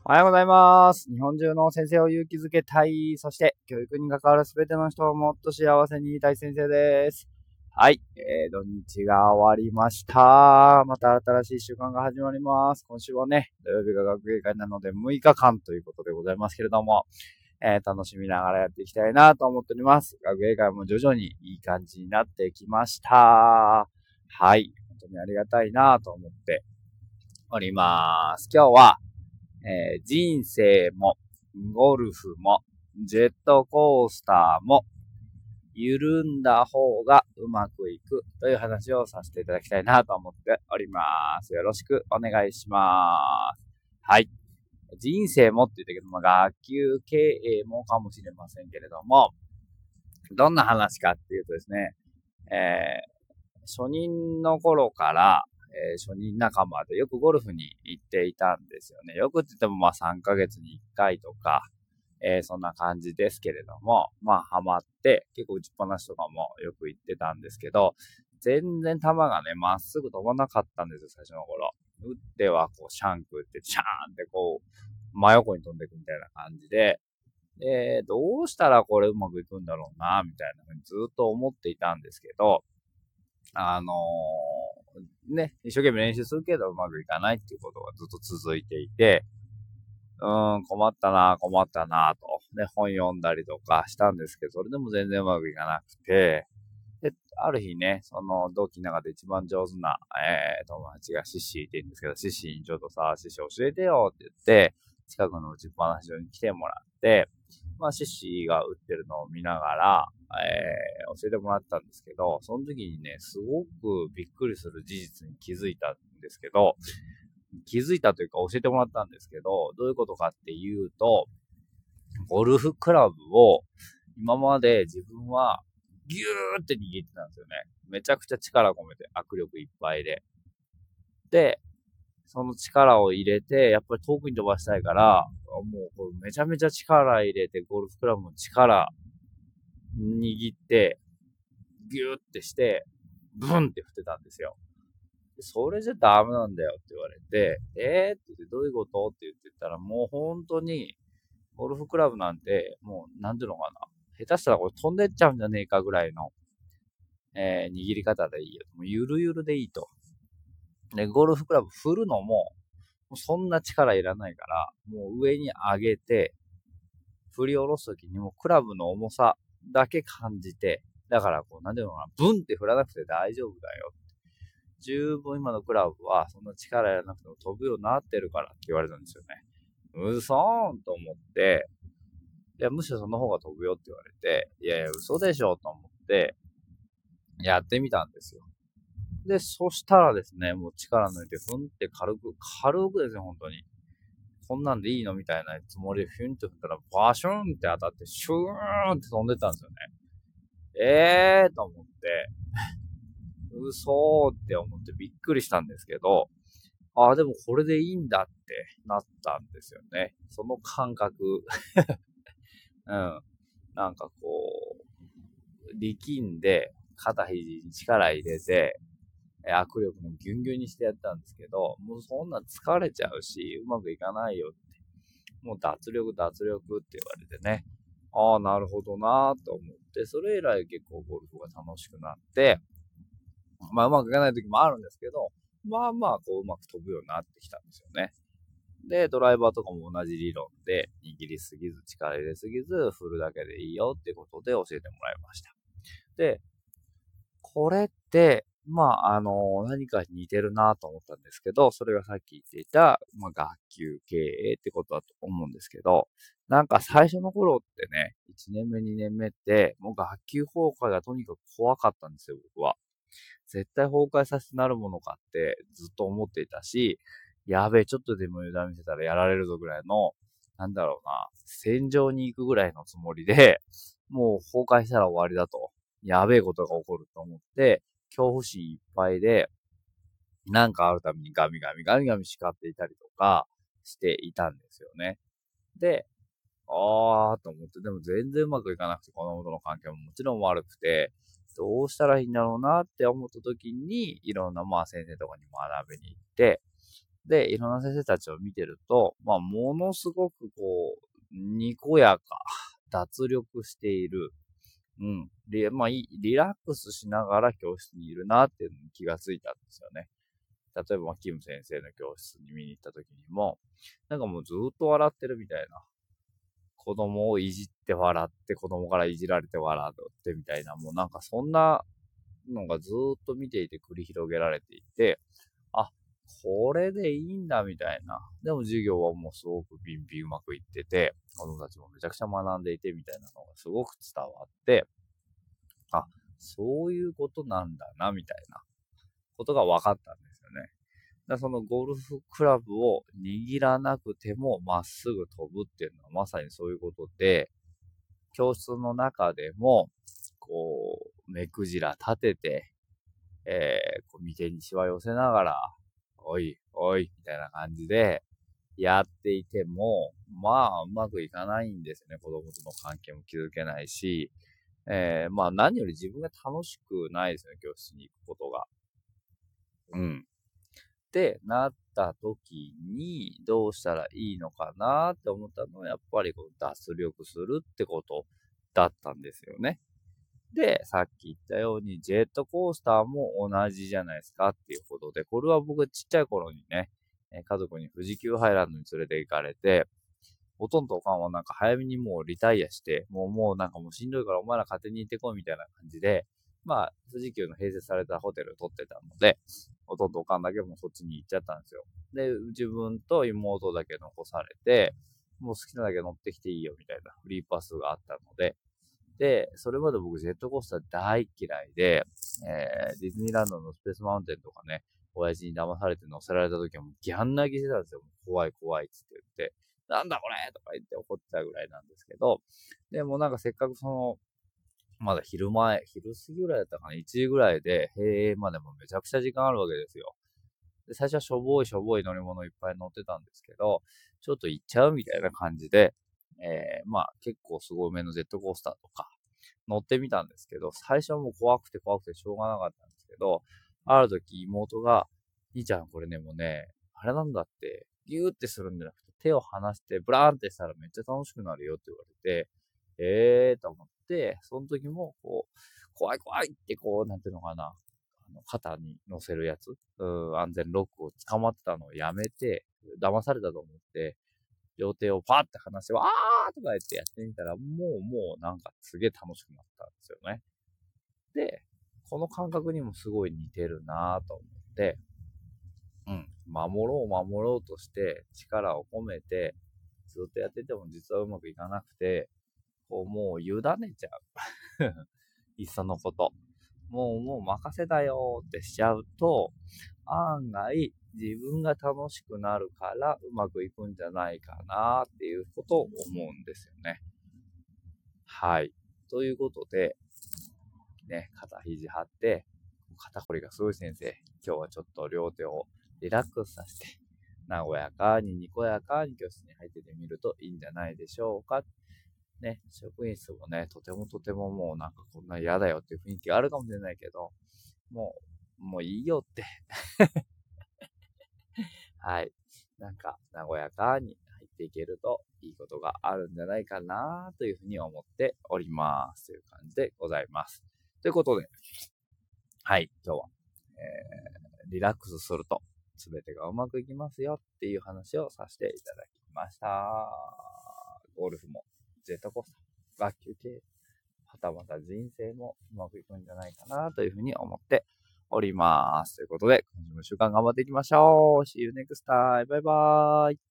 おはようございます。日本中の先生を勇気づけたい。そして、教育に関わるすべての人をもっと幸せにしたい先生です。はい。土日が終わりました。また新しい週間が始まります。今週はね、土曜日が学芸会なので6日間ということでございますけれども、楽しみながらやっていきたいなと思っております。学芸会も徐々にいい感じになってきました。はい。本当にありがたいなと思っております。今日は、人生も、ゴルフも、ジェットコースターも、緩んだ方がうまくいくという話をさせていただきたいなと思っております。よろしくお願いします。はい。人生もって言ったけども、学級経営もかもしれませんけれども、どんな話かっていうとですね、初任の頃から、初任仲間でよくゴルフに行っていたんですよね。よくって言っても3ヶ月に1回とか、そんな感じですけれども、ハマって、結構打ちっぱなしとかもよく行ってたんですけど、全然球がね、まっすぐ飛ばなかったんですよ、最初の頃。打ってはシャンク打って、シャーンって真横に飛んでいくみたいな感じで、どうしたらこれうまくいくんだろうな、みたいなふうにずっと思っていたんですけど、一生懸命練習するけどうまくいかないっていうことがずっと続いていて、困ったなと。ね、本読んだりとかしたんですけど、それでも全然うまくいかなくて、で、ある日ね、その同期の中で一番上手な、友達がシッシーって言うんですけど、シッシーにちょっとさ、シッシー教えてよって言って、近くの打ちっぱなし場に来てもらって、シッシーが打ってるのを見ながら、教えてもらったんですけど、その時にね、すごくびっくりする事実に気づいたんですけど、気づいたというか教えてもらったんですけど、どういうことかっていうと、ゴルフクラブを今まで自分はギューって握ってたんですよね。めちゃくちゃ力込めて、握力いっぱいで。で、その力を入れて、やっぱり遠くに飛ばしたいから、もうめちゃめちゃ力入れて、ゴルフクラブの力握って、ギューってして、ブンって振ってたんですよ。それじゃダメなんだよって言われて、って言ってどういうことって言ってたら、もう本当に、ゴルフクラブなんて、もう、なんていうのかな。下手したらこれ飛んでっちゃうんじゃねえかぐらいの、握り方でいいよ。もうゆるゆるでいいと。で、ゴルフクラブ振るのも、もうそんな力いらないから、もう上に上げて、振り下ろすときにもクラブの重さだけ感じて、だからなんていうのかな、ブンって振らなくて大丈夫だよ。十分今のクラブはそんな力やらなくても飛ぶようになってるからって言われたんですよね。嘘ーんと思って、いや、むしろその方が飛ぶよって言われて、いやいや、嘘でしょと思って、やってみたんですよ。で、そしたらですね、もう力抜いて、ふんって軽くですね、本当に。こんなんでいいのみたいなつもりで、ふんって振ったら、バシューンって当たって、シューンって飛んでったんですよね。と思って、嘘ーって思ってびっくりしたんですけど、でもこれでいいんだってなったんですよね。その感覚。うん。なんか力んで、肩肘に力入れて、握力もギュンギュンにしてやったんですけど、もうそんな疲れちゃうし、うまくいかないよって。もう脱力って言われてね。なるほどなーと思って、それ以来結構ゴルフが楽しくなって、うまくいかない時もあるんですけど、うまく飛ぶようになってきたんですよね。で、ドライバーとかも同じ理論で、握りすぎず、力入れすぎず、振るだけでいいよってことで教えてもらいました。で、これって、何かに似てるなと思ったんですけど、それがさっき言っていた、学級経営ってことだと思うんですけど、なんか最初の頃ってね、1年目、2年目って、もう学級崩壊がとにかく怖かったんですよ、僕は。絶対崩壊させてなるものかってずっと思っていたし、やべえ、ちょっとでも油断見せたらやられるぞぐらいの、なんだろうな、戦場に行くぐらいのつもりで、もう崩壊したら終わりだと。やべえことが起こると思って、恐怖心いっぱいで、なんかあるためにガミガミ叱っていたりとかしていたんですよね。で、と思って、でも全然うまくいかなくて、子供との関係ももちろん悪くて、どうしたらいいんだろうなって思った時に、いろんな先生とかに学びに行って、 で、いろんな先生たちを見てると、ものすごくにこやか、脱力している、リラックスしながら教室にいるなっていうのに気がついたんですよね。例えば、キム先生の教室に見に行った時にも、なんかもうずっと笑ってるみたいな。子供をいじって笑って、子供からいじられて笑ってみたいな、もうなんかそんなのがずっと見ていて繰り広げられていて、あ、これでいいんだみたいな。でも授業はもうすごくビンビンうまくいってて、子供たちもめちゃくちゃ学んでいてみたいなのがすごく伝わって、あ、そういうことなんだな、みたいなことが分かったんですよね。そのゴルフクラブを握らなくてもまっすぐ飛ぶっていうのはまさにそういうことで、教室の中でも、目くじら立てて、眉間にしわ寄せながら、おい、おい、みたいな感じで、やっていても、うまくいかないんですよね。子供との関係も築けないし、何より自分が楽しくないですよね、教室に行くことが。うん。ってなった時に、どうしたらいいのかなって思ったのは、やっぱり脱力するってことだったんですよね。で、さっき言ったように、ジェットコースターも同じじゃないですかっていうことで、これは僕ちっちゃい頃にね、家族に富士急ハイランドに連れて行かれて、ほとんどおかんはなんか早めにもうリタイアして、もうなんかもうしんどいからお前ら勝手に行ってこいみたいな感じで、富士急の併設されたホテルを取ってたので、ほとんどおかんだけもそっちに行っちゃったんですよ。で、自分と妹だけ残されて、もう好きなだけ乗ってきていいよみたいなフリーパスがあったので、で、それまで僕ジェットコースター大嫌いで、ディズニーランドのスペースマウンテンとかね、親父に騙されて乗せられた時はもうギャン泣きしてたんですよ。怖い怖いっつって言って、なんだこれとか言って怒ってたぐらいなんですけど、でもなんかせっかくまだ昼過ぎぐらいだったかな、1時ぐらいで、閉園までもめちゃくちゃ時間あるわけですよ。で、最初はしょぼい乗り物いっぱい乗ってたんですけど、ちょっと行っちゃうみたいな感じで、結構すごいめのジェットコースターとか乗ってみたんですけど、最初はもう怖くてしょうがなかったんですけど、ある時妹が、兄ちゃんこれね、もうね、あれなんだって、ギューってするんじゃなくて手を離してブラーンってしたらめっちゃ楽しくなるよって言われて、と思って、その時も怖い怖いってなんていうのかな、肩に乗せるやつ、安全ロックを捕まってたのをやめて、騙されたと思って、両手をパーって離して、わーとか言ってやってみたら、もうなんかすげえ楽しくなったんですよね。で、この感覚にもすごい似てるなぁと思って、守ろうとして力を込めて、ずっとやってても実はうまくいかなくて、もう委ねちゃう。いっそのこと。もう任せたよってしちゃうと、案外自分が楽しくなるからうまくいくんじゃないかなっていうことを思うんですよね。はい。ということで、ね、肩肘張って、肩こりがすごい先生、今日はちょっと両手をリラックスさせて、和やかににこやかに教室に入っててみるといいんじゃないでしょうか。ね、職員室もね、とてももうなんかこんな嫌だよっていう雰囲気があるかもしれないけど、もういいよってはい。なんか、和やかに入っていけるといいことがあるんじゃないかなというふうに思っております。という感じでございます。ということで、はい、今日は、リラックスすると全てがうまくいきますよっていう話をさせていただきました。ゴルフも、ジェットコースター、学級系、はたまた人生もうまくいくんじゃないかなというふうに思っております。ということで、今週も1週間頑張っていきましょう。See you next time. バイバーイ。